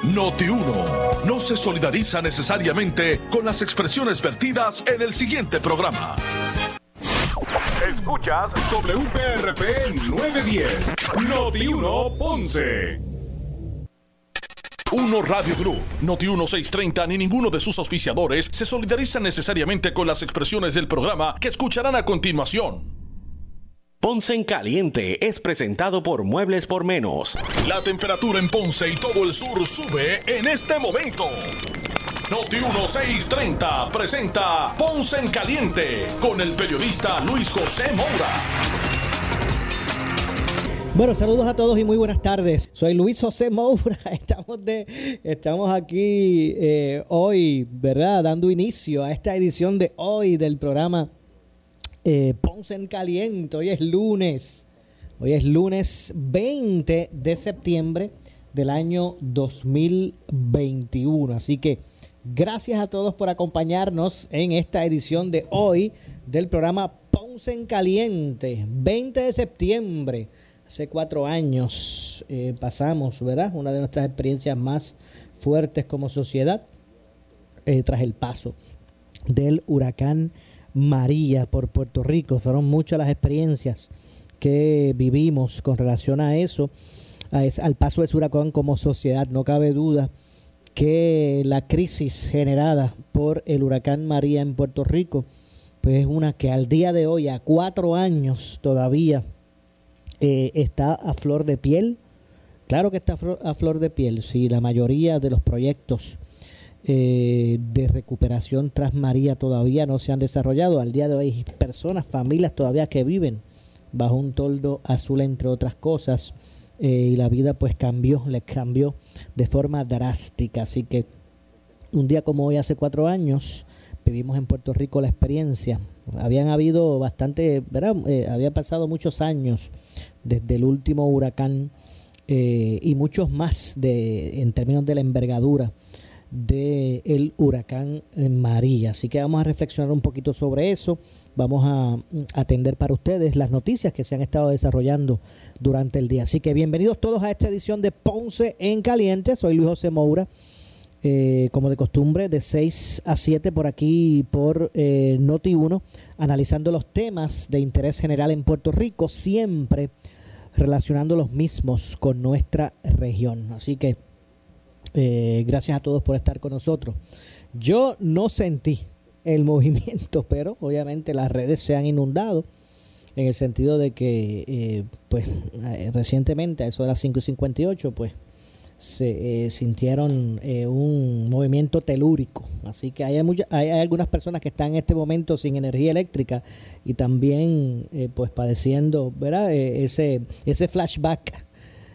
Noti1 no se solidariza necesariamente con las expresiones vertidas en el siguiente programa. Escuchas WPRP 910, Noti1 Ponce. Uno Radio Group, Noti1 630 ni ninguno de sus auspiciadores se solidarizan necesariamente con las expresiones del programa que escucharán a continuación. Ponce en Caliente es presentado por Muebles por Menos. La temperatura en Ponce y todo el sur sube en este momento. Noti1 630 presenta Ponce en Caliente con el periodista Luis José Moura. Bueno, saludos a todos y muy buenas tardes. Soy Luis José Moura. Estamos aquí hoy, ¿verdad? Dando inicio a esta edición de hoy del programa Ponce en Caliente. Hoy es lunes 20 de septiembre del año 2021. Así que gracias a todos por acompañarnos en esta edición de hoy del programa Ponce en Caliente, 20 de septiembre. Hace 4 años pasamos, ¿verdad? Una de nuestras experiencias más fuertes como sociedad tras el paso del huracán María por Puerto Rico. Fueron muchas las experiencias que vivimos con relación a eso, al paso de ese huracán como sociedad. No cabe duda que la crisis generada por el huracán María en Puerto Rico, pues es una que al día de hoy, a 4 años todavía, está a flor de piel. Claro que está a flor de piel. Sí, la mayoría de los proyectos de recuperación tras María todavía no se han desarrollado. Al día de hoy hay personas, familias todavía que viven bajo un toldo azul, entre otras cosas, y la vida pues les cambió de forma drástica. Así que un día como hoy, hace 4 años, vivimos en Puerto Rico la experiencia. Habían habido bastante, ¿verdad? Había pasado muchos años desde el último huracán y muchos más en términos de la envergadura del huracán María. Así que vamos a reflexionar un poquito sobre eso. Vamos a atender para ustedes las noticias que se han estado desarrollando durante el día. Así que bienvenidos todos a esta edición de Ponce en Caliente. Soy Luis José Moura. Como de costumbre, de 6 a 7 por aquí, por Noti1, analizando los temas de interés general en Puerto Rico, siempre relacionando los mismos con nuestra región. Así que gracias a todos por estar con nosotros. Yo no sentí el movimiento, pero obviamente las redes se han inundado, en el sentido de que recientemente, a eso de las 5:58, pues se sintieron un movimiento telúrico. Así que hay algunas personas que están en este momento sin energía eléctrica y también pues padeciendo, ¿verdad? Ese flashback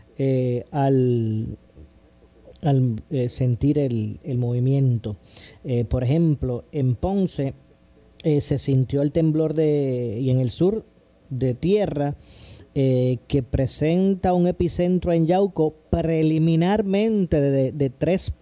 al sentir el movimiento. Por ejemplo, en Ponce se sintió el temblor y en el sur de tierra, que presenta un epicentro en Yauco preliminarmente de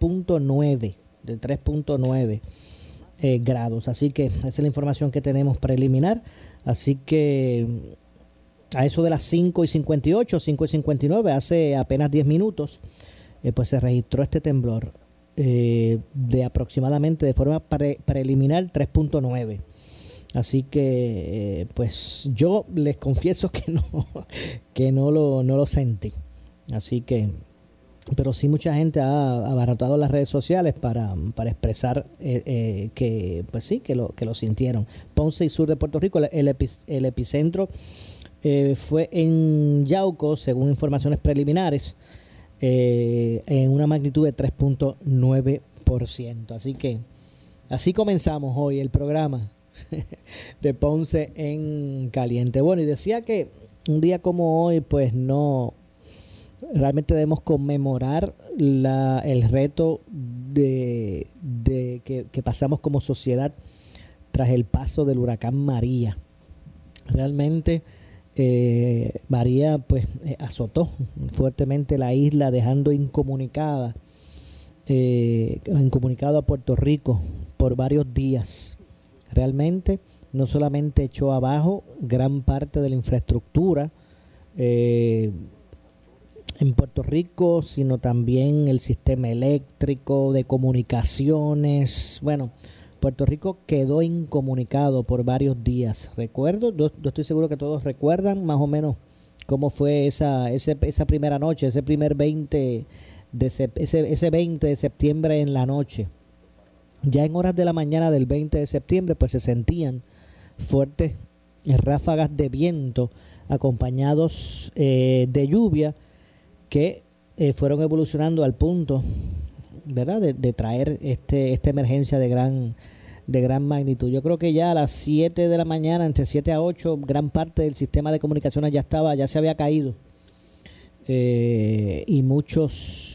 3.9 grados. Así que esa es la información que tenemos preliminar. Así que a eso de las 5:58, 5:59, hace apenas 10 minutos, pues se registró este temblor de aproximadamente, de forma preliminar, 3.9. Así que pues yo les confieso que no lo sentí. Así que, pero sí mucha gente ha abarrotado las redes sociales para expresar que pues sí, que lo sintieron. Ponce y sur de Puerto Rico, el epicentro fue en Yauco, según informaciones preliminares, en una magnitud de 3.9%. Así que así comenzamos hoy el programa de Ponce en Caliente. Bueno, y decía que un día como hoy, pues no, realmente debemos conmemorar el reto de que pasamos como sociedad tras el paso del huracán María. Realmente María pues azotó fuertemente la isla, dejando incomunicado a Puerto Rico por varios días. Realmente no solamente echó abajo gran parte de la infraestructura en Puerto Rico, sino también el sistema eléctrico, de comunicaciones. Bueno, Puerto Rico quedó incomunicado por varios días. Recuerdo, yo estoy seguro que todos recuerdan más o menos cómo fue esa primera noche, ese 20 de septiembre en la noche. Ya en horas de la mañana del 20 de septiembre, pues se sentían fuertes ráfagas de viento acompañados de lluvia que fueron evolucionando al punto, ¿verdad?, de traer esta emergencia de gran magnitud. Yo creo que ya a las 7 de la mañana, entre 7 a 8, gran parte del sistema de comunicaciones ya se había caído. Y muchos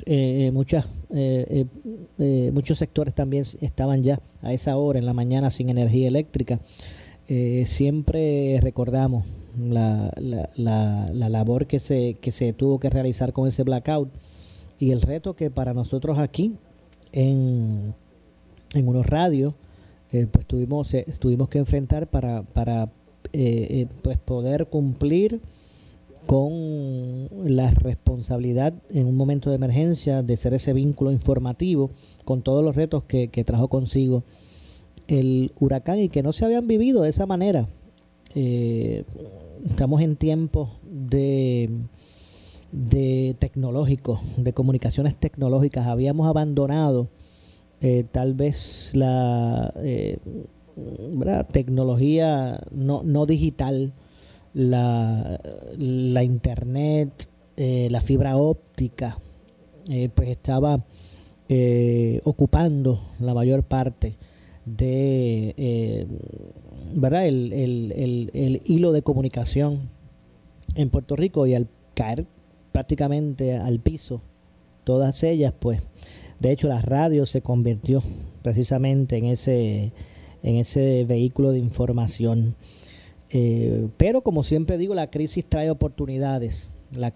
sectores también estaban ya a esa hora en la mañana sin energía eléctrica. Siempre recordamos la labor que se tuvo que realizar con ese blackout y el reto que para nosotros aquí en Unos Radio pues tuvimos que enfrentar para pues poder cumplir con la responsabilidad en un momento de emergencia de ser ese vínculo informativo con todos los retos que trajo consigo el huracán y que no se habían vivido de esa manera. Estamos en tiempos de tecnológicos, de comunicaciones tecnológicas. Habíamos abandonado tal vez la tecnología no digital, la internet, la fibra óptica, pues estaba ocupando la mayor parte de ¿verdad? El hilo de comunicación en Puerto Rico, y al caer prácticamente al piso todas ellas, pues de hecho la radio se convirtió precisamente en ese vehículo de información. Pero como siempre digo, la crisis trae oportunidades.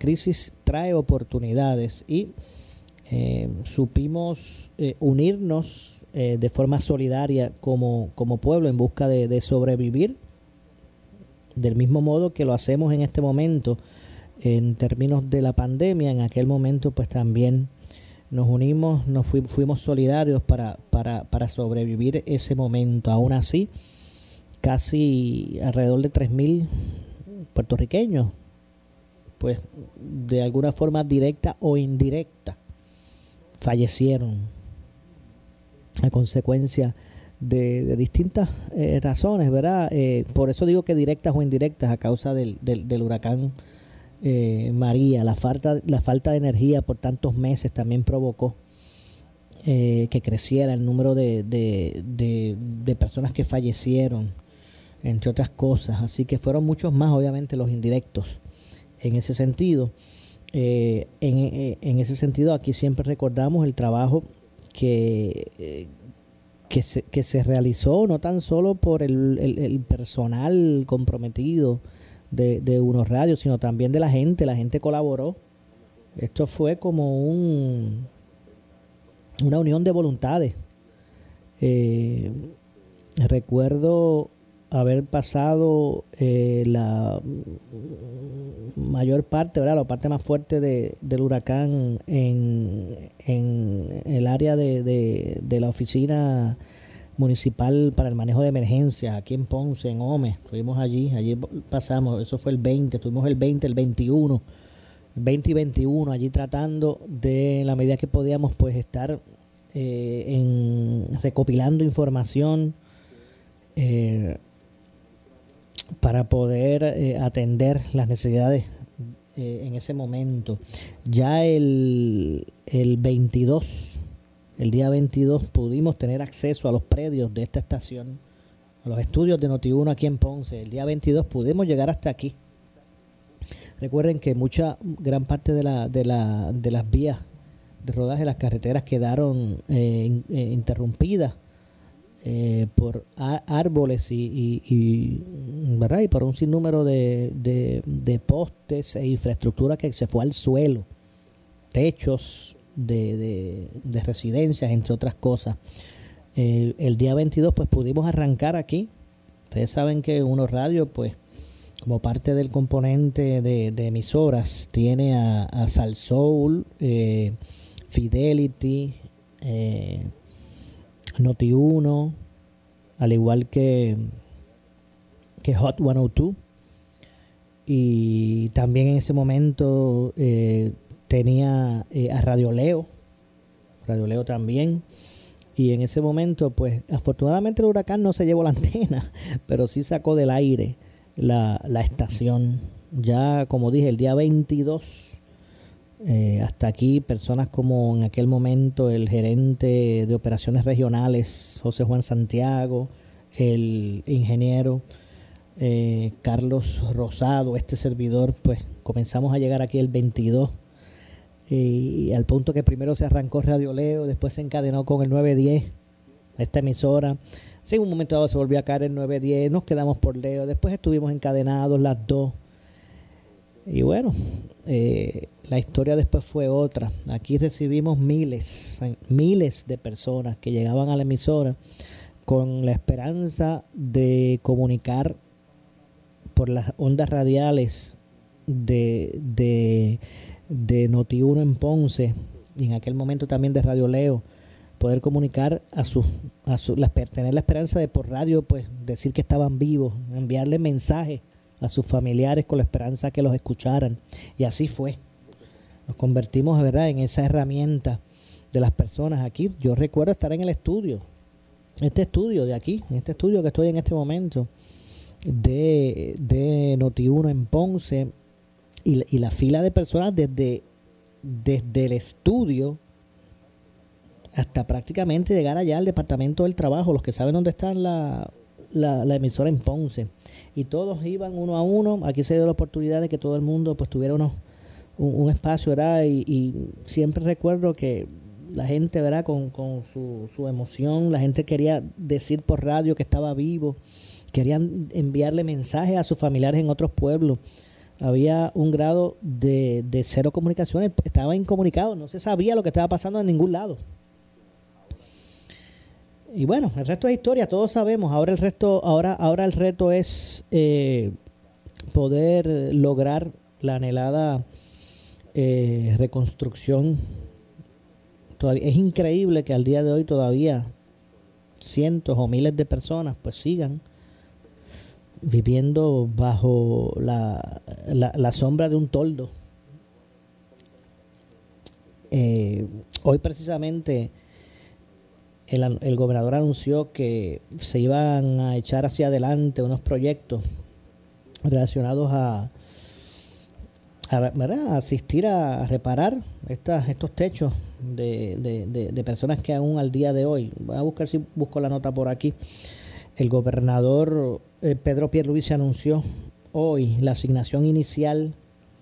Y supimos unirnos de forma solidaria como pueblo en busca de sobrevivir, del mismo modo que lo hacemos en este momento en términos de la pandemia. En aquel momento pues también nos unimos, fuimos solidarios para sobrevivir ese momento. Aún así, casi alrededor de 3,000 puertorriqueños, pues de alguna forma directa o indirecta, fallecieron a consecuencia de distintas razones, ¿verdad? Por eso digo que directas o indirectas, a causa del huracán María. La falta de energía por tantos meses también provocó que creciera el número de personas que fallecieron, entre otras cosas. Así que fueron muchos más, obviamente, los indirectos en ese sentido. En ese sentido, aquí siempre recordamos el trabajo que se realizó, no tan solo por el personal comprometido de Unos Radio, sino también de la gente. La gente colaboró. Esto fue como una unión de voluntades. Recuerdo haber pasado la mayor parte, ¿verdad?, la parte más fuerte del huracán en el área de la oficina municipal para el manejo de emergencias aquí en Ponce, en Ome. Estuvimos allí pasamos, eso fue el 20, estuvimos el 20, el 21, el 20 y 21 allí tratando de, en la medida que podíamos, pues estar recopilando información para poder atender las necesidades en ese momento. Ya el 22, el día 22, pudimos tener acceso a los predios de esta estación, a los estudios de Noti1 aquí en Ponce. El día 22 pudimos llegar hasta aquí. Recuerden que gran parte de las vías de rodaje, las carreteras, quedaron interrumpidas por árboles y ¿verdad?, y por un sinnúmero de postes e infraestructura que se fue al suelo, techos de residencias, entre otras cosas. El día 22 pues pudimos arrancar aquí. Ustedes saben que Unos Radio pues como parte del componente de emisoras, tiene a Sal Soul, Fidelity, Noti1, al igual que Hot 102. Y también en ese momento tenía a Radio Leo también. Y en ese momento, pues afortunadamente el huracán no se llevó la antena, pero sí sacó del aire la estación. Ya, como dije, el día 22, hasta aquí, personas como en aquel momento el gerente de operaciones regionales, José Juan Santiago, el ingeniero Carlos Rosado, este servidor, pues comenzamos a llegar aquí el 22, y al punto que primero se arrancó Radio Leo, después se encadenó con el 910, esta emisora. Sí, en un momento dado se volvió a caer el 910, nos quedamos por Leo, después estuvimos encadenados las dos. Y bueno, la historia después fue otra. Aquí recibimos miles de personas que llegaban a la emisora con la esperanza de comunicar por las ondas radiales de Noti1 en Ponce, y en aquel momento también de Radio Leo, poder comunicar tener la esperanza de por radio pues decir que estaban vivos, enviarle mensajes a sus familiares con la esperanza que los escucharan. Y así fue. Nos convertimos, ¿verdad?, en esa herramienta de las personas aquí. Yo recuerdo estar en el estudio, este estudio de aquí, en este estudio que estoy en este momento, de Noti1 en Ponce, y la fila de personas desde el estudio hasta prácticamente llegar allá al departamento del trabajo, los que saben dónde está la emisora en Ponce, y todos iban uno a uno. Aquí se dio la oportunidad de que todo el mundo pues tuviera un espacio, ¿verdad? Y siempre recuerdo que la gente, ¿verdad?, con su emoción, la gente quería decir por radio que estaba vivo, querían enviarle mensajes a sus familiares en otros pueblos. Había un grado de cero comunicaciones, estaba incomunicado, no se sabía lo que estaba pasando en ningún lado. Y bueno, el resto es historia, todos sabemos. Ahora el reto es poder lograr la anhelada reconstrucción. Todavía es increíble que al día de hoy todavía cientos o miles de personas pues sigan viviendo bajo la sombra de un toldo. Hoy precisamente el gobernador anunció que se iban a echar hacia adelante unos proyectos relacionados a asistir a reparar estos techos de personas que aún al día de hoy, voy a buscar si busco la nota por aquí, el gobernador Pedro Pierluisi anunció hoy la asignación inicial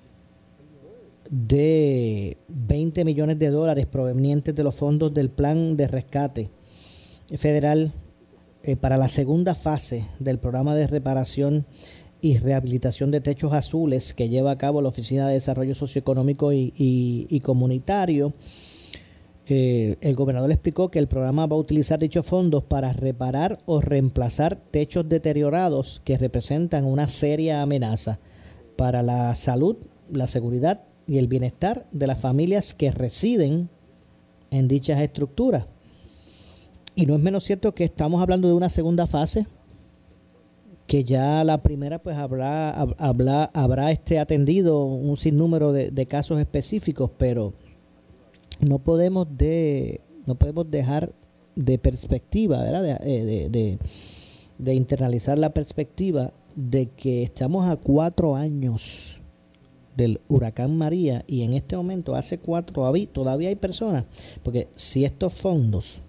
de $20 millones provenientes de los fondos del plan de rescate federal para la segunda fase del programa de reparación y rehabilitación de techos azules que lleva a cabo la Oficina de Desarrollo Socioeconómico y Comunitario. El gobernador explicó que el programa va a utilizar dichos fondos para reparar o reemplazar techos deteriorados que representan una seria amenaza para la salud, la seguridad y el bienestar de las familias que residen en dichas estructuras. Y no es menos cierto que estamos hablando de una segunda fase, que ya la primera pues habrá atendido un sinnúmero de casos específicos, pero no podemos dejar de perspectiva, ¿verdad?, de internalizar la perspectiva de que estamos a 4 años del huracán María, y en este momento todavía hay personas, porque si estos fondos,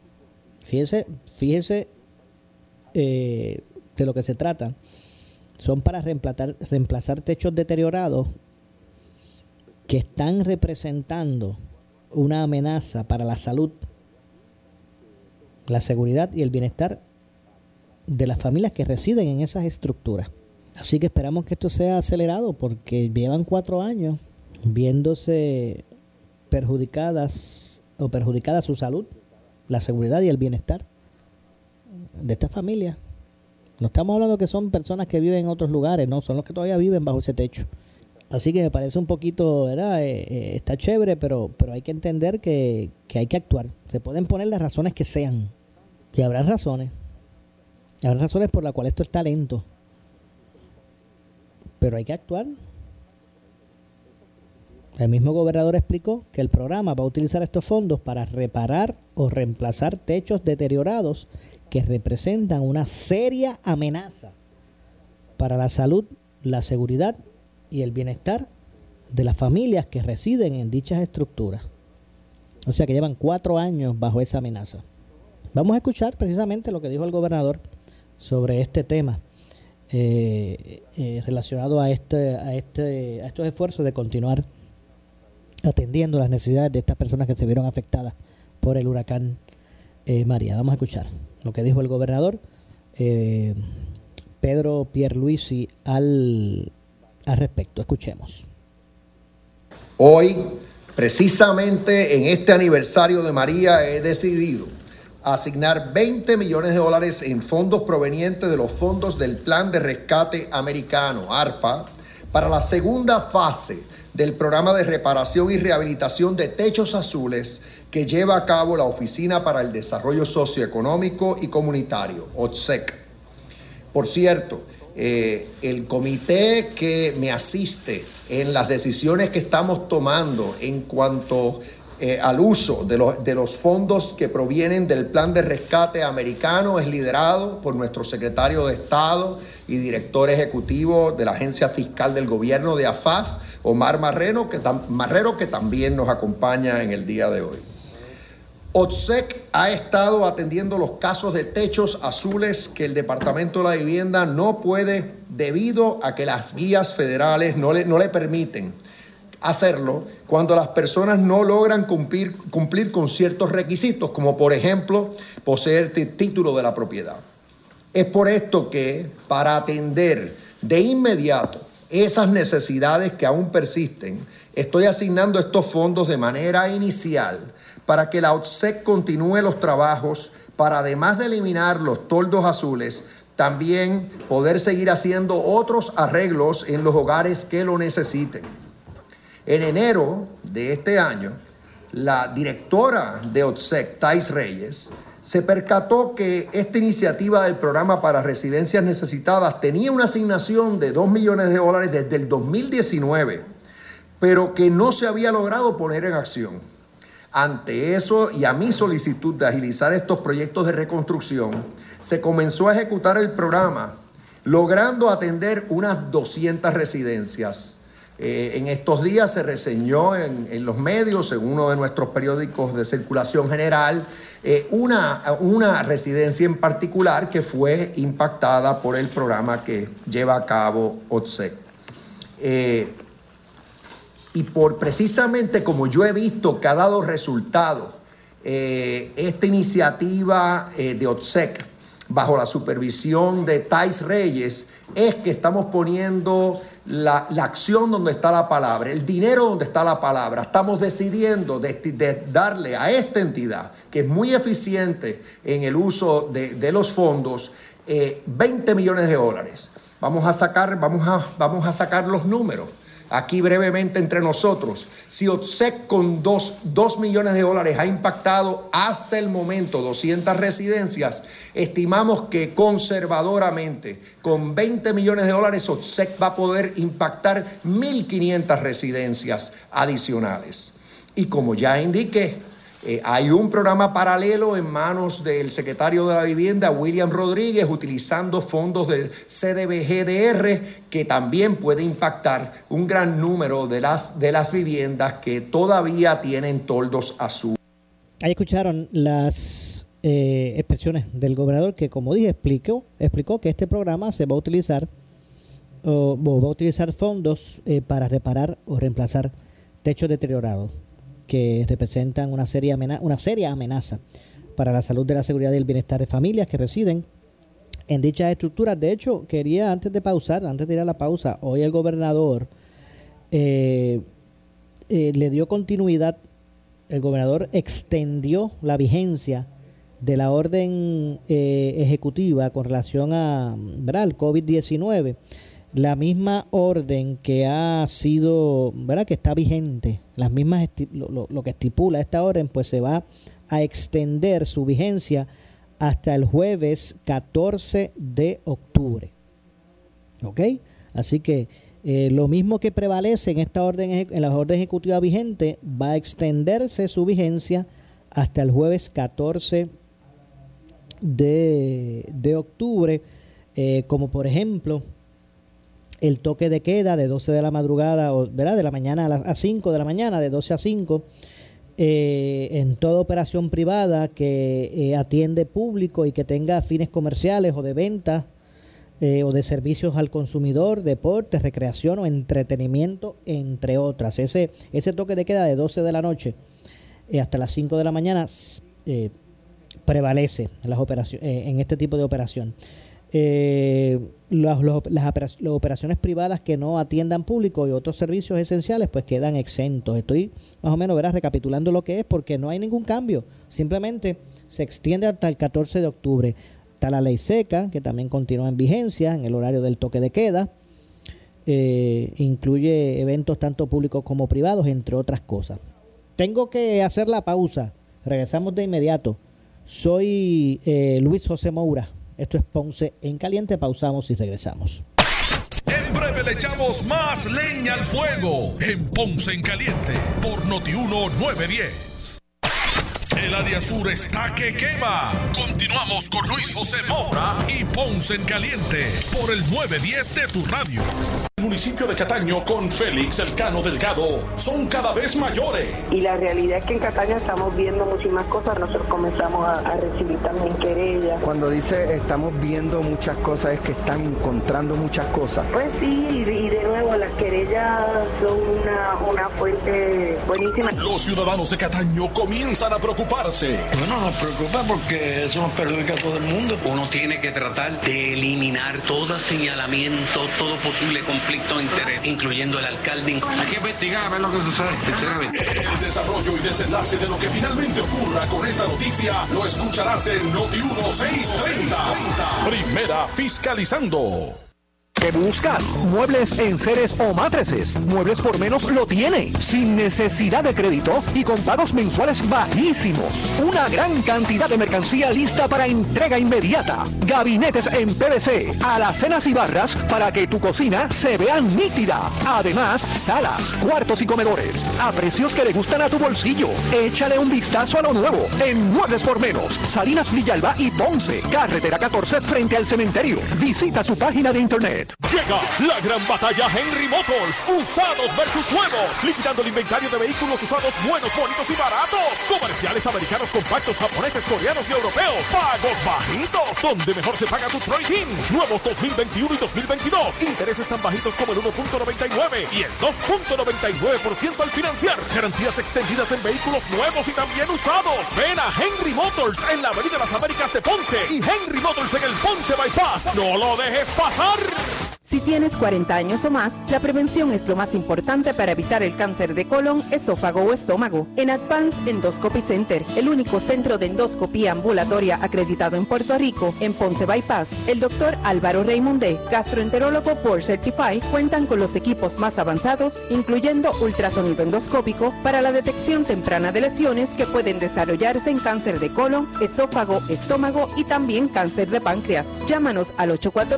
fíjese de lo que se trata, son para reemplazar techos deteriorados que están representando una amenaza para la salud, la seguridad y el bienestar de las familias que residen en esas estructuras. Así que esperamos que esto sea acelerado, porque llevan 4 años viéndose perjudicada su salud, la seguridad y el bienestar de estas familias. No estamos hablando que son personas que viven en otros lugares, no, son los que todavía viven bajo ese techo. Así que me parece un poquito, ¿verdad? Está chévere, pero hay que entender que hay que actuar. Se pueden poner las razones que sean. Y habrán razones. Habrán razones por las cuales esto está lento. Pero hay que actuar. El mismo gobernador explicó que el programa va a utilizar estos fondos para reparar o reemplazar techos deteriorados que representan una seria amenaza para la salud, la seguridad y el bienestar de las familias que residen en dichas estructuras. O sea que llevan 4 años bajo esa amenaza. Vamos a escuchar precisamente lo que dijo el gobernador sobre este tema relacionado a estos esfuerzos de continuar atendiendo las necesidades de estas personas que se vieron afectadas por el huracán María. Vamos a escuchar lo que dijo el gobernador Pedro Pierluisi al respecto. Escuchemos. Hoy, precisamente en este aniversario de María, he decidido asignar $20 millones en fondos provenientes de los fondos del Plan de Rescate Americano, ARPA, para la segunda fase del programa de reparación y rehabilitación de techos azules que lleva a cabo la Oficina para el Desarrollo Socioeconómico y Comunitario, OTSEC. Por cierto, el comité que me asiste en las decisiones que estamos tomando en cuanto al uso de los fondos que provienen del Plan de Rescate Americano es liderado por nuestro secretario de Estado y director ejecutivo de la Agencia Fiscal del Gobierno de AFAF, Omar Marrero, que también nos acompaña en el día de hoy. OTSEC ha estado atendiendo los casos de techos azules que el Departamento de la Vivienda no puede debido a que las guías federales no le permiten hacerlo cuando las personas no logran cumplir con ciertos requisitos, como por ejemplo poseer título de la propiedad. Es por esto que, para atender de inmediato esas necesidades que aún persisten, estoy asignando estos fondos de manera inicial para que la OTSEC continúe los trabajos para, además de eliminar los toldos azules, también poder seguir haciendo otros arreglos en los hogares que lo necesiten. En enero de este año, la directora de OTSEC, Thais Reyes, se percató que esta iniciativa del programa para residencias necesitadas tenía una asignación de $2 millones desde el 2019, pero que no se había logrado poner en acción. Ante eso y a mi solicitud de agilizar estos proyectos de reconstrucción, se comenzó a ejecutar el programa, logrando atender unas 200 residencias. En estos días se reseñó en los medios, en uno de nuestros periódicos de circulación general, una residencia en particular que fue impactada por el programa que lleva a cabo OTSEC. Y precisamente como yo he visto que ha dado resultado esta iniciativa de OTSEC bajo la supervisión de Thais Reyes, es que estamos poniendo la acción donde está la palabra, el dinero donde está la palabra. Estamos decidiendo de darle a esta entidad, que es muy eficiente en el uso de los fondos, $20 millones. Vamos a sacar los números. Aquí brevemente entre nosotros, si OTSEC con $2 millones ha impactado hasta el momento 200 residencias, estimamos que conservadoramente con $20 millones OTSEC va a poder impactar 1.500 residencias adicionales. Y como ya indiqué, hay un programa paralelo en manos del secretario de la Vivienda, William Rodríguez, utilizando fondos del CDBGDR, que también puede impactar un gran número de las viviendas que todavía tienen toldos azules. Ahí escucharon las expresiones del gobernador que, como dije, explicó que este programa se va a utilizar fondos para reparar o reemplazar techos deteriorados que representan una seria amenaza para la salud, de la seguridad y el bienestar de familias que residen en dichas estructuras. De hecho, quería antes de ir a la pausa, hoy el gobernador le dio continuidad. El gobernador extendió la vigencia de la orden ejecutiva con relación a, ¿verdad?, al COVID-19, la misma orden que ha sido, ¿verdad?, que está vigente, las mismas lo que estipula esta orden, pues se va a extender su vigencia hasta el jueves 14 de octubre. ¿Ok? Así que lo mismo que prevalece en esta orden, en la orden ejecutiva vigente, va a extenderse su vigencia hasta el jueves 14 de octubre, como por ejemplo el toque de queda de 12 de la madrugada, ¿verdad?, de la mañana a 5 de la mañana, de 12 a 5, en toda operación privada que atiende público y que tenga fines comerciales o de venta o de servicios al consumidor, deportes, recreación o entretenimiento, entre otras. Ese toque de queda de 12 de la noche hasta las 5 de la mañana prevalece en las en este tipo de operación. Las operaciones privadas que no atiendan público y otros servicios esenciales pues quedan exentos. Estoy más o menos, recapitulando lo que es, porque no hay ningún cambio, simplemente se extiende hasta el 14 de octubre. Está la ley seca, que también continúa en vigencia en el horario del toque de queda, incluye eventos tanto públicos como privados, entre otras cosas. Tengo que hacer la pausa, regresamos de inmediato. Soy Luis José Moura. Esto es Ponce en Caliente. Pausamos y regresamos. En breve le echamos más leña al fuego en Ponce en Caliente por Noti1 910. El área sur está que quema. Continuamos con Luis José Moura y Ponce en Caliente por el 910 de tu radio. El municipio de Cataño con Félix Elcano Delgado son cada vez mayores. Y la realidad es que en Cataño estamos viendo muchísimas cosas. Nosotros comenzamos a recibir también querellas. Cuando dice estamos viendo muchas cosas, es que están encontrando muchas cosas. Pues sí, y de nuevo las querellas son una fuente buenísima. Los ciudadanos de Cataño comienzan a preocuparse. Bueno, nos preocupa porque eso nos perjudica a todo el mundo. Uno tiene que tratar de eliminar todo señalamiento, todo posible conflicto de interés, incluyendo el alcalde. Hay que investigar a ver lo que sucede, sinceramente. El desarrollo y desenlace de lo que finalmente ocurra con esta noticia lo escucharás en Noti1 630. Primera fiscalizando. ¿Qué buscas? ¿Muebles, enseres o matrices? Muebles por Menos lo tiene, sin necesidad de crédito y con pagos mensuales bajísimos. Una gran cantidad de mercancía lista para entrega inmediata. Gabinetes en PVC, alacenas y barras para que tu cocina se vea nítida. Además, salas, cuartos y comedores a precios que le gustan a tu bolsillo. Échale un vistazo a lo nuevo en Muebles por Menos, Salinas, Villalba y Ponce, carretera 14 frente al cementerio. Visita su página de internet. Llega la gran batalla Henry Motors, usados versus nuevos, liquidando el inventario de vehículos usados buenos, bonitos y baratos. Comerciales americanos, compactos, japoneses, coreanos y europeos. Pagos bajitos, donde mejor se paga tu trade-in. Nuevos 2021 y 2022. Intereses tan bajitos como el 1.99 y el 2.99% al financiar. Garantías extendidas en vehículos nuevos y también usados. Ven a Henry Motors en la Avenida Las Américas de Ponce y Henry Motors en el Ponce Bypass. No lo dejes pasar. Si tienes 40 años o más, la prevención es lo más importante para evitar el cáncer de colon, esófago o estómago. En Advanced Endoscopy Center, el único centro de endoscopía ambulatoria acreditado en Puerto Rico, en Ponce Bypass, el doctor Álvaro Raymondé, gastroenterólogo Board Certified, cuentan con los equipos más avanzados, incluyendo ultrasonido endoscópico para la detección temprana de lesiones que pueden desarrollarse en cáncer de colon, esófago, estómago y también cáncer de páncreas. Llámanos al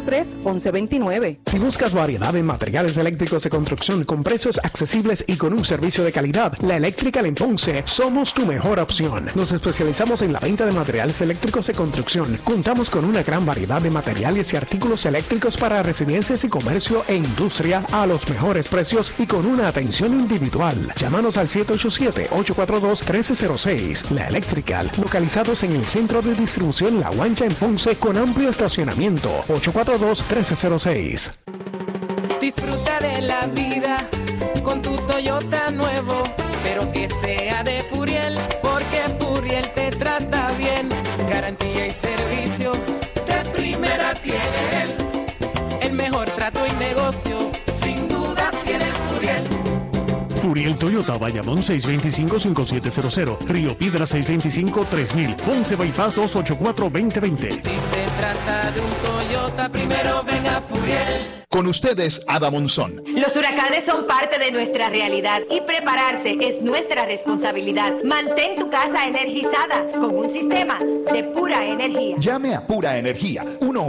843-1129. Si buscas variedad en materiales eléctricos de construcción con precios accesibles y con un servicio de calidad, La Electrical en Ponce somos tu mejor opción. Nos especializamos en la venta de materiales eléctricos de construcción. Contamos con una gran variedad de materiales y artículos eléctricos para residencias y comercio e industria a los mejores precios y con una atención individual. Llámanos al 787-842-1306. La Electrical, localizados en el centro de distribución La Guancha en Ponce con amplio estacionamiento. 842-1306. Disfruta de la vida con tu Toyota nuevo, pero que sea de Furiel, porque Furiel te trata bien. Garantía y servicio de primera tiene él. El mejor trato y negocio, sin duda tiene Furiel. Furiel Toyota, Bayamón 625-5700, Río Piedra 625-3000, Ponce Bypass 284-2020. Si se trata de un Toyota, primero venga Furiel. Con ustedes, Ada Monzón. Los huracanes son parte de nuestra realidad y prepararse es nuestra responsabilidad. Mantén tu casa energizada con un sistema de Pura Energía. Llame a Pura Energía,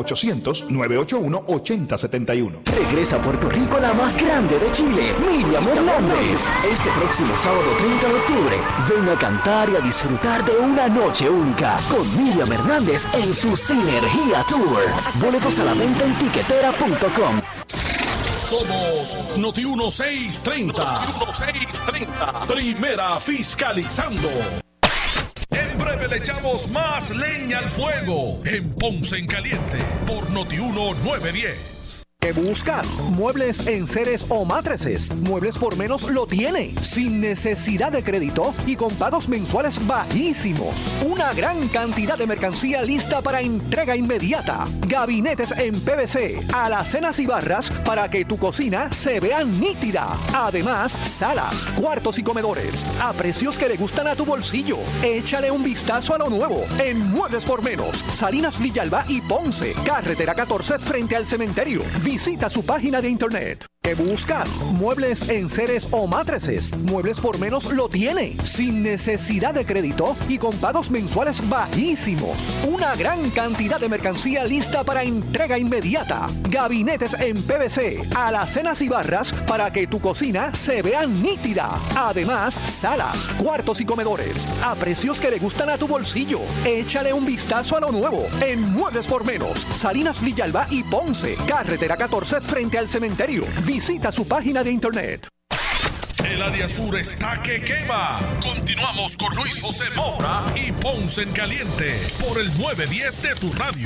1-800-981-8071. Regresa a Puerto Rico la más grande de Chile, Miriam Hernández. Este próximo sábado 30 de octubre, ven a cantar y a disfrutar de una noche única con Miriam Hernández en su Sinergia Tour. Boletos a la venta en tiquetera.com. Somos Noti 1630. Noti 1630. Primera fiscalizando. En breve le echamos más leña al fuego en Ponce en Caliente por Noti 910. ¿Qué buscas? Muebles en seres o matrices. Muebles por menos lo tiene. Sin necesidad de crédito y con pagos mensuales bajísimos. Una gran cantidad de mercancía lista para entrega inmediata. Gabinetes en PVC, alacenas y barras para que tu cocina se vea nítida. Además, salas, cuartos y comedores a precios que le gustan a tu bolsillo. Échale un vistazo a lo nuevo en Muebles por Menos. Salinas, Villalba y Ponce. Carretera 14 frente al cementerio. Visita su página de internet. ¿Qué buscas? Muebles en seres o matrices. Muebles por menos lo tiene. Sin necesidad de crédito y con pagos mensuales bajísimos. Una gran cantidad de mercancía lista para entrega inmediata. Gabinetes en PVC, alacenas y barras para que tu cocina se vea nítida. Además, salas, cuartos y comedores a precios que le gustan a tu bolsillo. Échale un vistazo a lo nuevo en Muebles por Menos. Salinas, Villalba y Ponce. Carretera 14 frente al cementerio. Visita su página de internet. El área sur está que quema. Continuamos con Luis José Moura y Ponce en Caliente por el 910 de tu radio.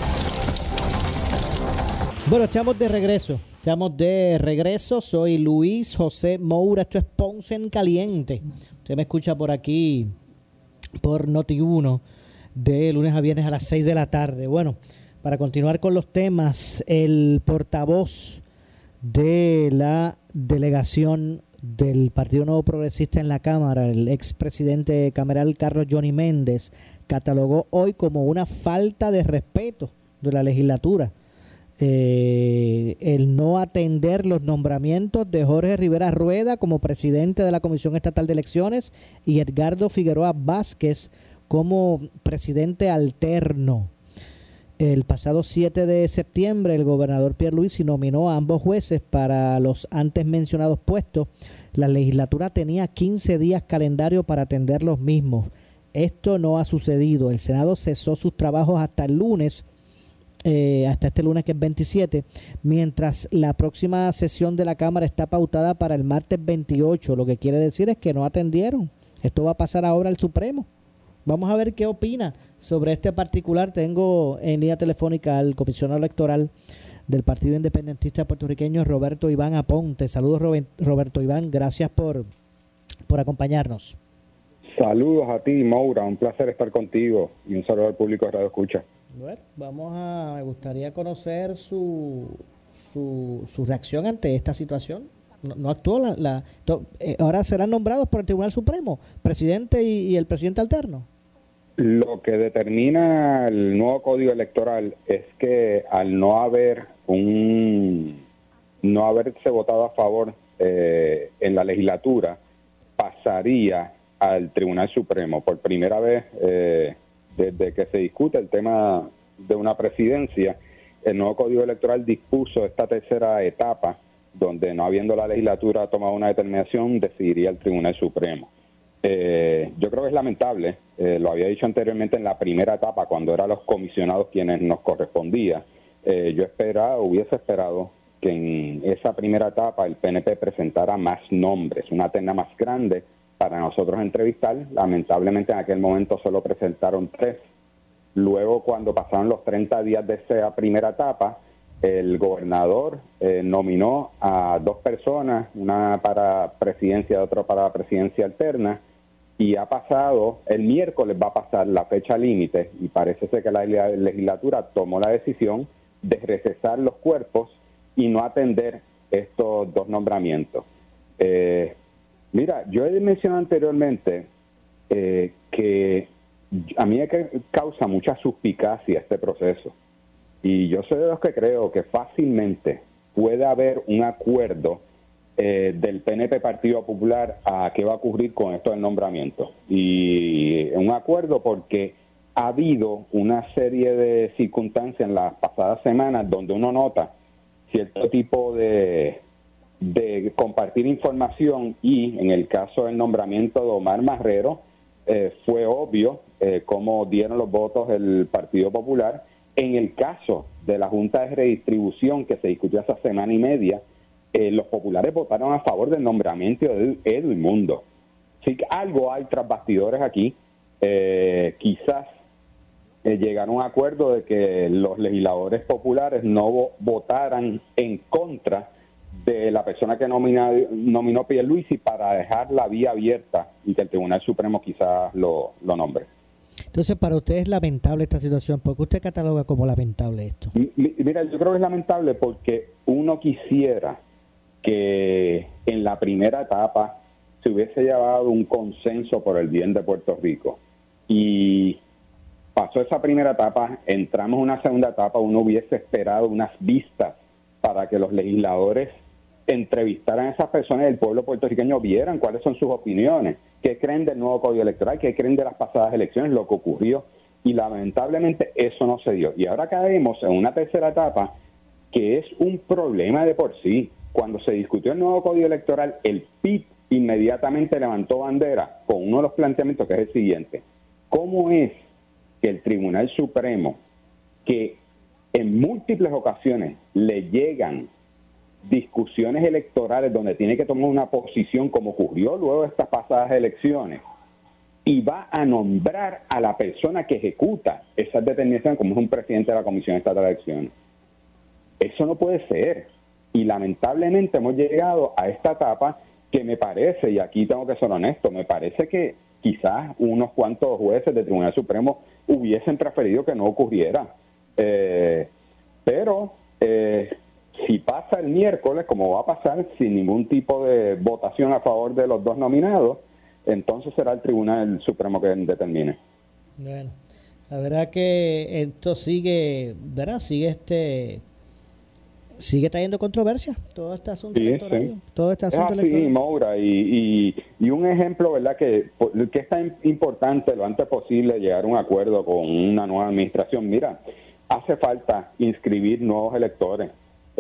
Bueno, estamos de regreso. Soy Luis José Moura. Esto es Ponce en Caliente. Usted me escucha por aquí, por Noti 1, de lunes a viernes a las 6 de la tarde. Bueno, para continuar con los temas, el portavoz de la delegación del Partido Nuevo Progresista en la Cámara, el expresidente cameral Carlos Johnny Méndez, catalogó hoy como una falta de respeto de la legislatura el no atender los nombramientos de Jorge Rivera Rueda como presidente de la Comisión Estatal de Elecciones y Edgardo Figueroa Vázquez como presidente alterno. El pasado 7 de septiembre, el gobernador Pierluisi nominó a ambos jueces para los antes mencionados puestos. La legislatura tenía 15 días calendario para atender los mismos. Esto no ha sucedido. El Senado cesó sus trabajos hasta el lunes, hasta este lunes que es 27, mientras la próxima sesión de la Cámara está pautada para el martes 28. Lo que quiere decir es que no atendieron. Esto va a pasar ahora al Supremo. Vamos a ver qué opina sobre este particular. Tengo en línea telefónica al comisionado electoral del Partido Independentista Puertorriqueño, Roberto Iván Aponte. Saludos, Roberto Iván. Gracias por acompañarnos. Saludos a ti, Moura. Un placer estar contigo y un saludo al público de Radio Escucha. Bueno, me gustaría conocer su reacción ante esta situación. No actuó ahora serán nombrados por el Tribunal Supremo, presidente y el presidente alterno. Lo que determina el nuevo Código Electoral es que al no haberse votado a favor en la legislatura, pasaría al Tribunal Supremo. Por primera vez desde que se discute el tema de una presidencia, el nuevo Código Electoral dispuso esta tercera etapa, donde no habiendo la legislatura tomado una determinación, decidiría el Tribunal Supremo. Yo creo que es lamentable, lo había dicho anteriormente en la primera etapa, cuando eran los comisionados quienes nos correspondía. Hubiese esperado que en esa primera etapa el PNP presentara más nombres, una terna más grande para nosotros entrevistar. Lamentablemente en aquel momento solo presentaron 3. Luego, cuando pasaron los 30 días de esa primera etapa, el gobernador nominó a 2 personas, una para presidencia y otra para presidencia alterna, y ha pasado, el miércoles va a pasar la fecha límite, y parece ser que la legislatura tomó la decisión de recesar los cuerpos y no atender estos 2 nombramientos. Mira, yo he mencionado anteriormente que a mí me causa mucha suspicacia este proceso. Y yo soy de los que creo que fácilmente puede haber un acuerdo del PNP Partido Popular a qué va a ocurrir con esto del nombramiento. Y un acuerdo porque ha habido una serie de circunstancias en las pasadas semanas donde uno nota cierto tipo de compartir información, y en el caso del nombramiento de Omar Marrero fue obvio cómo dieron los votos el Partido Popular. En el caso de la Junta de Redistribución que se discutió hace semana y media, los populares votaron a favor del nombramiento de Edwin Mundo. Así que algo hay tras bastidores aquí. Quizás llegaron a un acuerdo de que los legisladores populares no votaran en contra de la persona que nominó Pierluisi para dejar la vía abierta y que el Tribunal Supremo quizás lo nombre. Entonces, para usted es lamentable esta situación. ¿Por qué usted cataloga como lamentable esto? Mira, yo creo que es lamentable porque uno quisiera que en la primera etapa se hubiese llevado un consenso por el bien de Puerto Rico. Y pasó esa primera etapa, entramos en una segunda etapa, uno hubiese esperado unas vistas para que los legisladores entrevistaran a esas personas del pueblo puertorriqueño, vieran cuáles son sus opiniones, qué creen del nuevo Código Electoral, qué creen de las pasadas elecciones, lo que ocurrió, y lamentablemente eso no se dio. Y ahora caemos en una tercera etapa que es un problema de por sí. Cuando se discutió el nuevo Código Electoral, el PIB inmediatamente levantó bandera con uno de los planteamientos, que es el siguiente: ¿cómo es que el Tribunal Supremo, que en múltiples ocasiones le llegan discusiones electorales donde tiene que tomar una posición, como ocurrió luego de estas pasadas elecciones, y va a nombrar a la persona que ejecuta esas determinaciones como es un presidente de la Comisión Estatal de Elecciones? Eso no puede ser. Y lamentablemente hemos llegado a esta etapa que me parece, y aquí tengo que ser honesto, me parece que quizás unos cuantos jueces del Tribunal Supremo hubiesen preferido que no ocurriera. Pero si pasa el miércoles, como va a pasar, sin ningún tipo de votación a favor de los dos nominados, entonces será el Tribunal Supremo que determine. Bueno, la verdad que esto sigue, ¿verdad? Sigue trayendo controversia todo este asunto electoral. Sí. Todo este asunto electoral. Sí, Moura, y un ejemplo, ¿verdad? Que es tan importante lo antes posible llegar a un acuerdo con una nueva administración. Mira, hace falta inscribir nuevos electores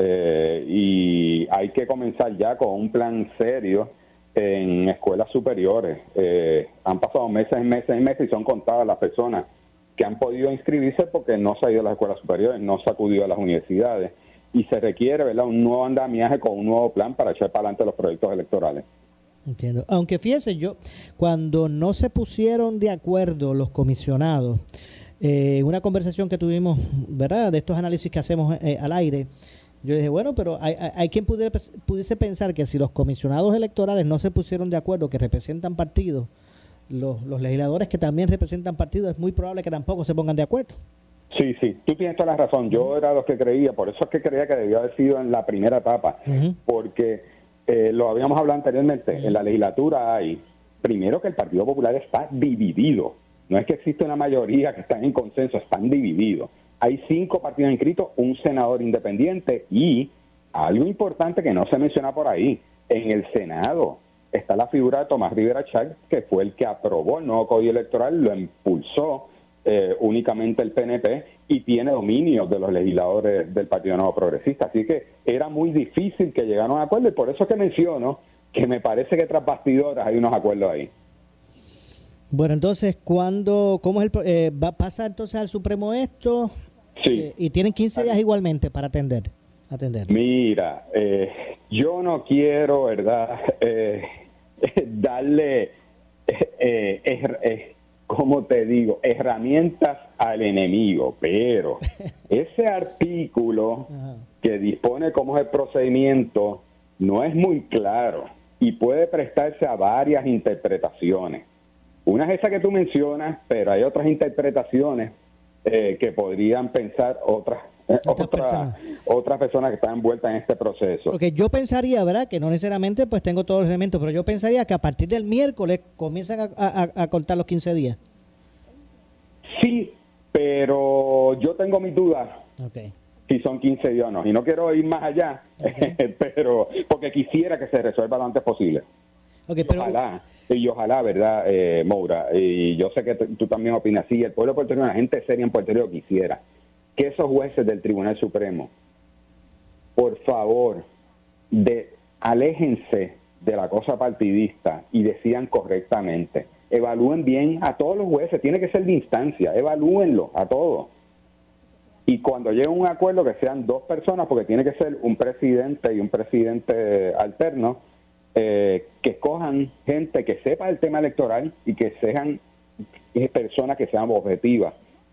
y hay que comenzar ya con un plan serio en escuelas superiores. Han pasado meses y son contadas las personas que han podido inscribirse porque no se ha ido a las escuelas superiores, no se ha acudido a las universidades, y se requiere, ¿verdad?, un nuevo andamiaje con un nuevo plan para echar para adelante los proyectos electorales. Entiendo. Aunque fíjese, cuando no se pusieron de acuerdo los comisionados, una conversación que tuvimos, ¿verdad?, de estos análisis que hacemos al aire, yo dije, bueno, pero hay quien pudiese pensar que si los comisionados electorales no se pusieron de acuerdo, que representan partidos, los legisladores que también representan partidos, es muy probable que tampoco se pongan de acuerdo. Sí, tú tienes toda la razón. Yo era de los que creía, por eso es que creía que debió haber sido en la primera etapa, porque lo habíamos hablado anteriormente, en la legislatura hay, primero, que el Partido Popular está dividido. No es que existe una mayoría que están en consenso, están divididos. Hay 5 partidos inscritos, un senador independiente, y algo importante que no se menciona por ahí, en el Senado está la figura de Tomás Rivera Chatz, que fue el que aprobó el nuevo Código Electoral, lo impulsó únicamente el PNP, y tiene dominio de los legisladores del Partido Nuevo Progresista. Así que era muy difícil que llegaran a un acuerdo, y por eso es que menciono que me parece que tras bastidores hay unos acuerdos ahí. Bueno, entonces, ¿cómo es pasa entonces al Supremo esto? Sí. Y tienen 15 días igualmente para atender. Mira, yo no quiero, ¿verdad?, darle, ¿cómo te digo?, herramientas al enemigo, pero ese artículo que dispone cómo es el procedimiento no es muy claro y puede prestarse a varias interpretaciones. Una es esa que tú mencionas, pero hay otras interpretaciones que podrían pensar otras otras personas que están envueltas en este proceso. Porque yo pensaría, ¿verdad?, que no necesariamente pues tengo todos los elementos, pero yo pensaría que a partir del miércoles comienzan a contar los 15 días. Sí, pero yo tengo mis dudas. Okay. Si son 15 días o no. Y no quiero ir más allá, pero porque quisiera que se resuelva lo antes posible. Okay, Ojalá, ¿verdad, Moura? Y yo sé que tú también opinas así. El pueblo de Puerto Rico, la gente seria en Puerto Rico quisiera que esos jueces del Tribunal Supremo, por favor, aléjense de la cosa partidista y decidan correctamente. Evalúen bien a todos los jueces. Tiene que ser de instancia. Evalúenlo a todos. Y cuando lleguen a un acuerdo, que sean dos personas, porque tiene que ser un presidente y un presidente alterno, que escojan gente que sepa el tema electoral y que sean personas que sean objetivas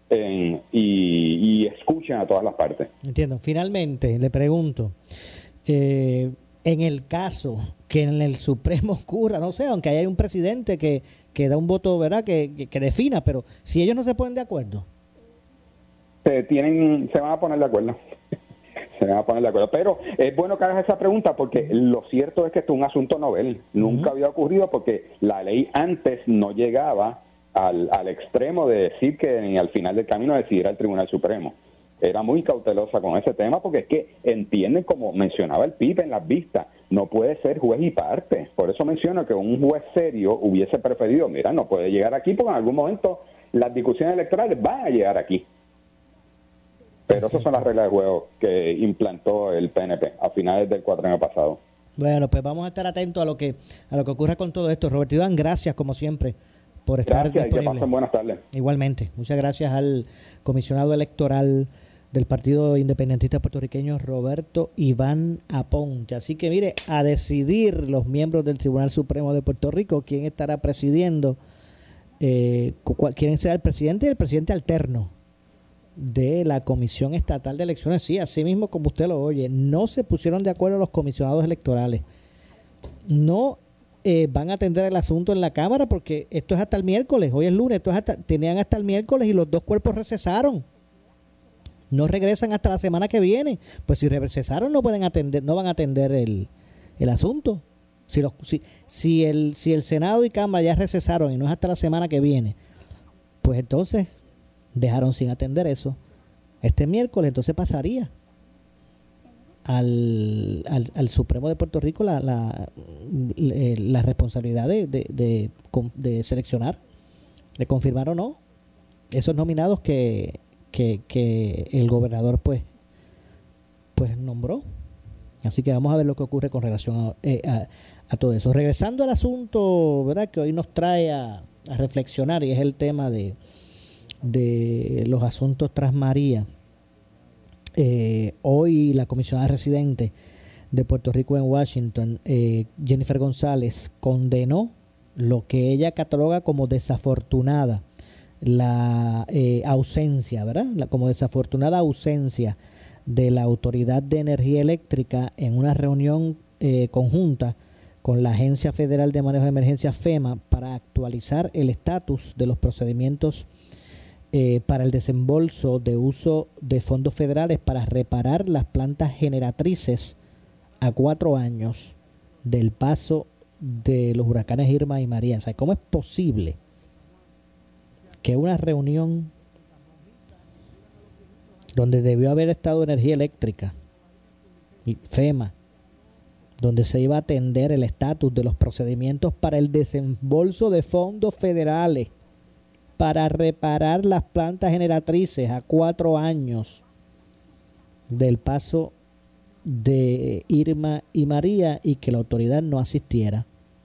y escuchen a todas las partes. Entiendo. Finalmente, le pregunto, en el caso que en el Supremo ocurra, no sé, aunque haya un presidente que da un voto, ¿verdad?, que defina, pero si ellos no se ponen de acuerdo. Se van a poner de acuerdo. Se van a poner de acuerdo. Pero es bueno que hagas esa pregunta porque lo cierto es que esto es un asunto novel. Nunca había ocurrido porque la ley antes no llegaba al extremo de decir que al final del camino decidiera el Tribunal Supremo. Era muy cautelosa con ese tema porque es que entienden, como mencionaba el PIB en las vistas, no puede ser juez y parte. Por eso menciono que un juez serio hubiese preferido, mira, no puede llegar aquí porque en algún momento las discusiones electorales van a llegar aquí. Pero esas son las reglas de juego que implantó el PNP a finales del cuatrienio pasado. Bueno, pues vamos a estar atentos a lo que ocurra con todo esto. Roberto Iván, gracias como siempre por estar disponible. Gracias y que pasen buenas tardes. Igualmente. Muchas gracias al comisionado electoral del Partido Independentista Puertorriqueño, Roberto Iván Aponte. Así que mire, a decidir los miembros del Tribunal Supremo de Puerto Rico quién estará presidiendo, quién será el presidente y el presidente alterno de la Comisión Estatal de Elecciones. Sí, así mismo como usted lo oye, no se pusieron de acuerdo los comisionados electorales. No van a atender el asunto en la Cámara porque esto es hasta el miércoles. Hoy es lunes, tenían hasta el miércoles y los dos cuerpos recesaron. No regresan hasta la semana que viene. Pues si recesaron no van a atender el asunto. Si el Senado y Cámara ya recesaron y no es hasta la semana que viene, pues entonces dejaron sin atender eso. Este miércoles entonces pasaría al Supremo de Puerto Rico la responsabilidad de seleccionar, de confirmar o no esos nominados que el gobernador pues nombró. Así que vamos a ver lo que ocurre con relación a todo eso. Regresando al asunto, ¿verdad?, que hoy nos trae a reflexionar, y es el tema de los asuntos tras María. Hoy la comisionada residente de Puerto Rico en Washington, Jennifer González, condenó lo que ella cataloga como desafortunada la ausencia, ¿verdad?, como desafortunada ausencia de la Autoridad de Energía Eléctrica en una reunión conjunta con la Agencia Federal de Manejo de Emergencias, FEMA, para actualizar el estatus de los procedimientos para el desembolso de uso de fondos federales para reparar las plantas generatrices a 4 años del paso de los huracanes Irma y María. O sea, ¿cómo es posible que una reunión donde debió haber estado Energía Eléctrica y FEMA, donde se iba a atender el estatus de los procedimientos para el desembolso de fondos federales para reparar las plantas generatrices a 4 años del paso de Irma y María, y que la autoridad no asistiera?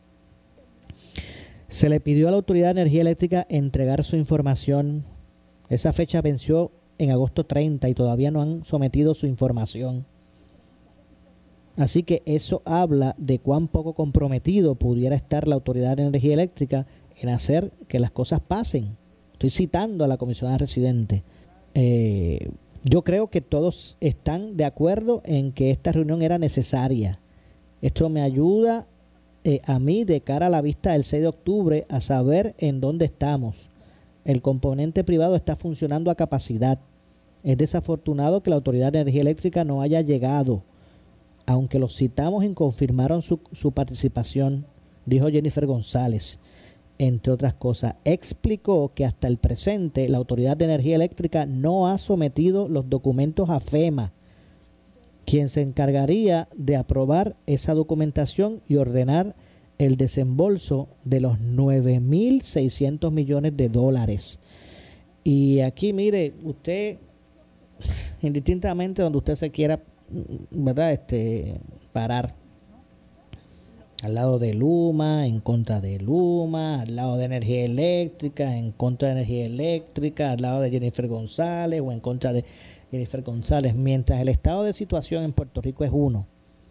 Se le pidió a la Autoridad de Energía Eléctrica entregar su información. Esa fecha venció en agosto 30 y todavía no han sometido su información. Así que eso habla de cuán poco comprometido pudiera estar la Autoridad de Energía Eléctrica en hacer que las cosas pasen. Estoy citando a la comisionada residente. Yo creo que todos están de acuerdo en que esta reunión era necesaria. Esto me ayuda a mí de cara a la vista del 6 de octubre a saber en dónde estamos. El componente privado está funcionando a capacidad. Es desafortunado que la Autoridad de Energía Eléctrica no haya llegado, aunque los citamos y confirmaron su participación, dijo Jennifer González. Entre otras cosas, explicó que hasta el presente la Autoridad de Energía Eléctrica no ha sometido los documentos a FEMA, quien se encargaría de aprobar esa documentación y ordenar el desembolso de los 9.600 millones de dólares. Y aquí, mire, usted, indistintamente donde usted se quiera, ¿verdad?, parar, al lado de Luma, en contra de Luma, al lado de energía eléctrica, en contra de energía eléctrica, al lado de Jennifer González o en contra de Jennifer González, mientras el estado de situación en Puerto Rico es uno,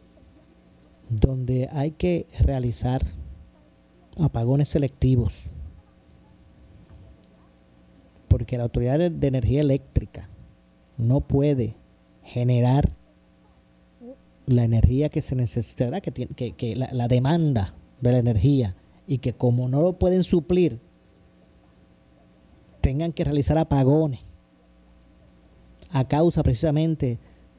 donde hay que realizar apagones selectivos, porque la Autoridad de Energía Eléctrica no puede generar la energía que se necesitará, que la demanda de la energía, y que como no lo pueden suplir, tengan que realizar apagones a causa precisamente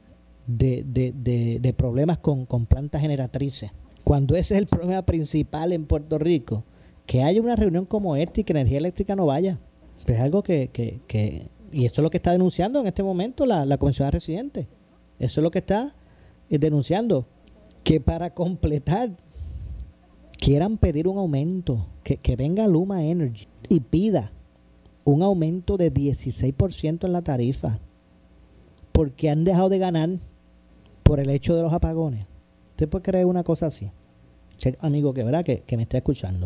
de problemas con plantas generatrices. Cuando ese es el problema principal en Puerto Rico, que haya una reunión como esta y que Energía Eléctrica no vaya, es algo que y esto es lo que está denunciando en este momento la comisionada residente. Eso es lo que está denunciando, que para completar quieran pedir un aumento, que venga Luma Energy y pida un aumento de 16% en la tarifa, porque han dejado de ganar por el hecho de los apagones. ¿Usted puede creer una cosa así? Amigo, que verdad que me está escuchando.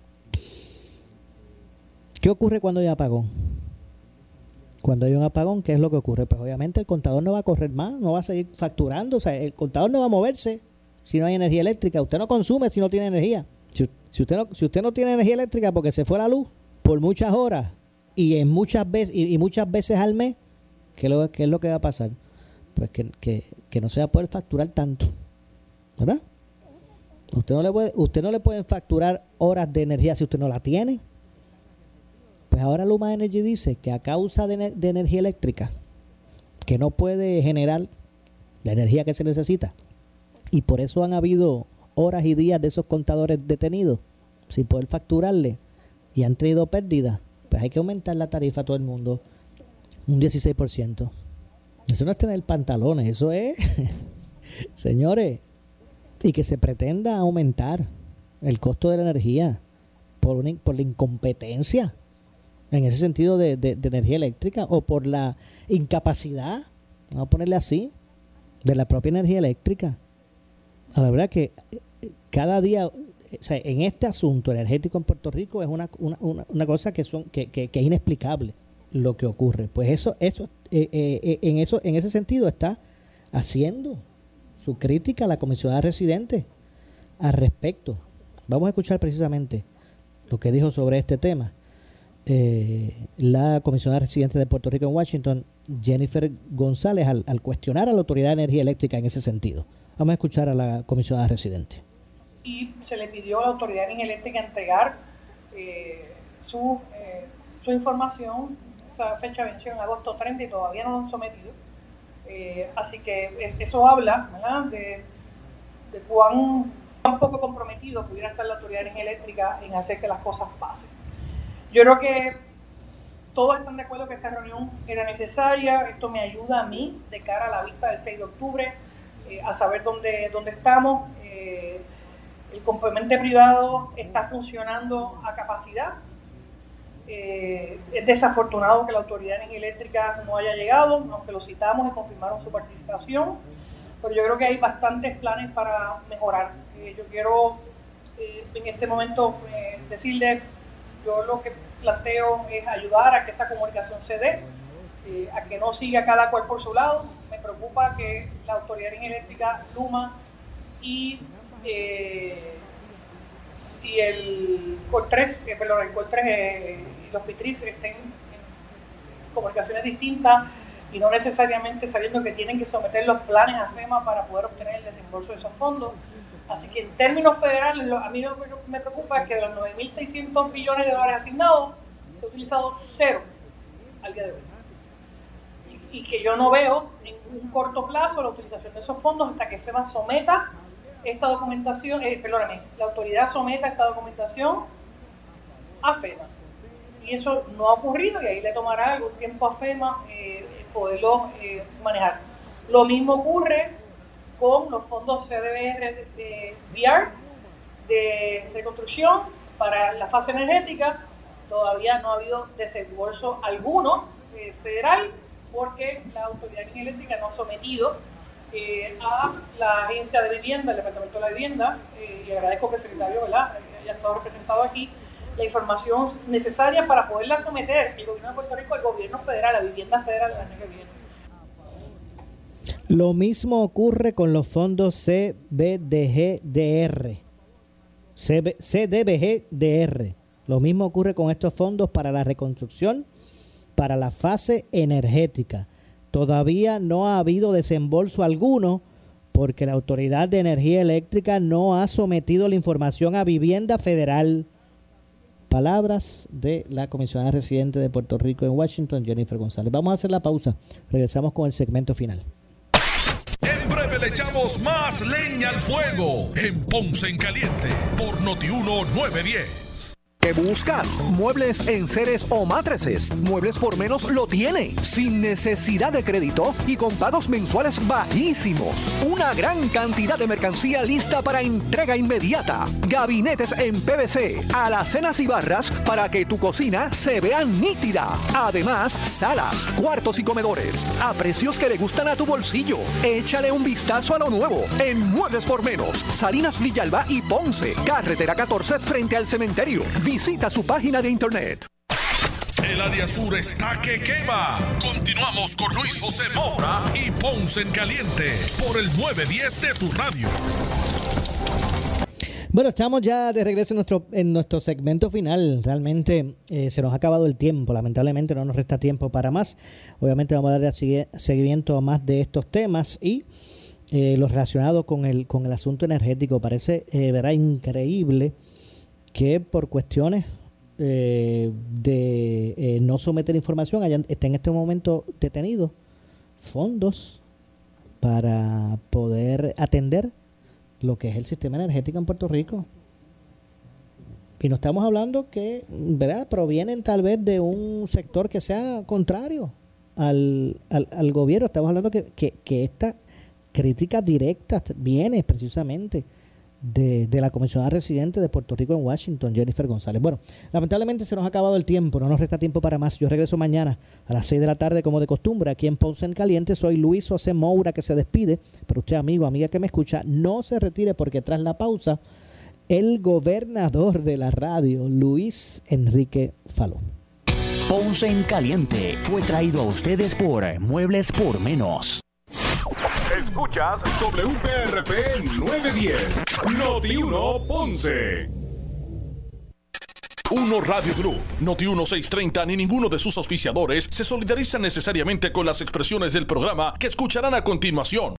¿Qué ocurre cuando hay apagón? Cuando hay un apagón, ¿qué es lo que ocurre? Pues obviamente el contador no va a correr más, no va a seguir facturando, o sea, el contador no va a moverse si no hay energía eléctrica. Usted no consume si no tiene energía. Si usted no tiene energía eléctrica porque se fue la luz por muchas horas y en muchas veces al mes, ¿qué es lo que va a pasar? Pues que no se va a poder facturar tanto, ¿verdad? Usted no le puede facturar horas de energía si usted no la tiene. Pues ahora Luma Energy dice que a causa de energía eléctrica, que no puede generar la energía que se necesita, y por eso han habido horas y días de esos contadores detenidos sin poder facturarle y han tenido pérdidas, pues hay que aumentar la tarifa a todo el mundo un 16%. Eso no es tener pantalones, eso es señores, y que se pretenda aumentar el costo de la energía por la incompetencia en ese sentido de energía eléctrica, o por la incapacidad, vamos a ponerle así, de la propia energía eléctrica. La verdad que cada día, o sea, en este asunto energético en Puerto Rico es una cosa que es inexplicable lo que ocurre. Pues eso en ese sentido está haciendo su crítica a la comisionada residente al respecto. Vamos a escuchar precisamente lo que dijo sobre este tema la comisionada residente de Puerto Rico en Washington, Jennifer González, al cuestionar a la Autoridad de Energía Eléctrica en ese sentido. Vamos a escuchar a la comisionada residente. Y se le pidió a la Autoridad de Energía Eléctrica entregar su información. Esa fecha venció en agosto 30 y todavía no lo han sometido. Así que eso habla, ¿verdad?, de cuán poco comprometido pudiera estar la Autoridad de Energía Eléctrica en hacer que las cosas pasen. Yo creo que todos están de acuerdo que esta reunión era necesaria. Esto me ayuda a mí de cara a la vista del 6 de octubre a saber dónde estamos. El componente privado está funcionando a capacidad. Es desafortunado que la Autoridad de Energía Eléctrica no haya llegado, aunque lo citamos y confirmaron su participación, pero yo creo que hay bastantes planes para mejorar. Yo quiero en este momento decirles, yo lo que planteo es ayudar a que esa comunicación se dé, a que no siga cada cual por su lado. Me preocupa que la Autoridad de Energía Eléctrica, Luma y el COL 3 y los PITRIS estén en comunicaciones distintas y no necesariamente sabiendo que tienen que someter los planes a FEMA para poder obtener el desembolso de esos fondos. Así que en términos federales, a mí lo que me preocupa es que de los 9.600 billones de dólares asignados, se ha utilizado cero al día de hoy. y que yo no veo en un corto plazo la utilización de esos fondos hasta que FEMA someta esta documentación, la autoridad someta esta documentación a FEMA. Y eso no ha ocurrido y ahí le tomará algún tiempo a FEMA poderlo manejar. Lo mismo ocurre con los fondos CDBR de VR, de reconstrucción para la fase energética. Todavía no ha habido desembolso alguno federal porque la Autoridad de Energía Eléctrica no ha sometido a la Agencia de Vivienda, el Departamento de la Vivienda, y agradezco que el secretario haya estado representado aquí, la información necesaria para poderla someter el gobierno de Puerto Rico al gobierno federal, la vivienda federal el año que viene. Lo mismo ocurre con los fondos CDBGDR. Lo mismo ocurre con estos fondos para la reconstrucción, para la fase energética. Todavía no ha habido desembolso alguno porque la Autoridad de Energía Eléctrica no ha sometido la información a Vivienda Federal. Palabras de la comisionada residente de Puerto Rico en Washington, Jennifer González. Vamos a hacer la pausa. Regresamos con el segmento final. En breve le echamos más leña al fuego en Ponce en Caliente por Noti1 910. ¿Qué buscas? Muebles en seres o matrices. Muebles por menos lo tiene. Sin necesidad de crédito y con pagos mensuales bajísimos. Una gran cantidad de mercancía lista para entrega inmediata. Gabinetes en PVC, alacenas y barras para que tu cocina se vea nítida. Además, salas, cuartos y comedores a precios que le gustan a tu bolsillo. Échale un vistazo a lo nuevo en Muebles por Menos. Salinas Villalba y Ponce. Carretera 14 frente al cementerio. Visita su página de internet. El área sur está que quema. Continuamos con Luis José Moura y Ponce en Caliente por el 910 de tu radio. Bueno, estamos ya de regreso en nuestro segmento final. Realmente se nos ha acabado el tiempo. Lamentablemente no nos resta tiempo para más. Obviamente vamos a darle seguimiento a más de estos temas y los relacionados con el asunto energético. Parece verá increíble que por cuestiones de no someter información está en este momento detenidos fondos para poder atender lo que es el sistema energético en Puerto Rico. Y no estamos hablando que, ¿verdad?, provienen tal vez de un sector que sea contrario al gobierno. Estamos hablando que esta crítica directa viene precisamente de la comisionada residente de Puerto Rico en Washington, Jennifer González. Bueno, lamentablemente se nos ha acabado el tiempo, no nos resta tiempo para más. Yo regreso mañana a las 6 de la tarde como de costumbre aquí en Ponce en Caliente. Soy Luis José Moura que se despide, pero usted, amigo, amiga que me escucha, no se retire porque tras la pausa el gobernador de la radio, Luis Enrique Falú. Ponce en Caliente fue traído a ustedes por Muebles por Menos. Escuchas WPRP 910, Noti1 Ponce. Uno Radio Group, Noti1 630 ni ninguno de sus auspiciadores se solidarizan necesariamente con las expresiones del programa que escucharán a continuación.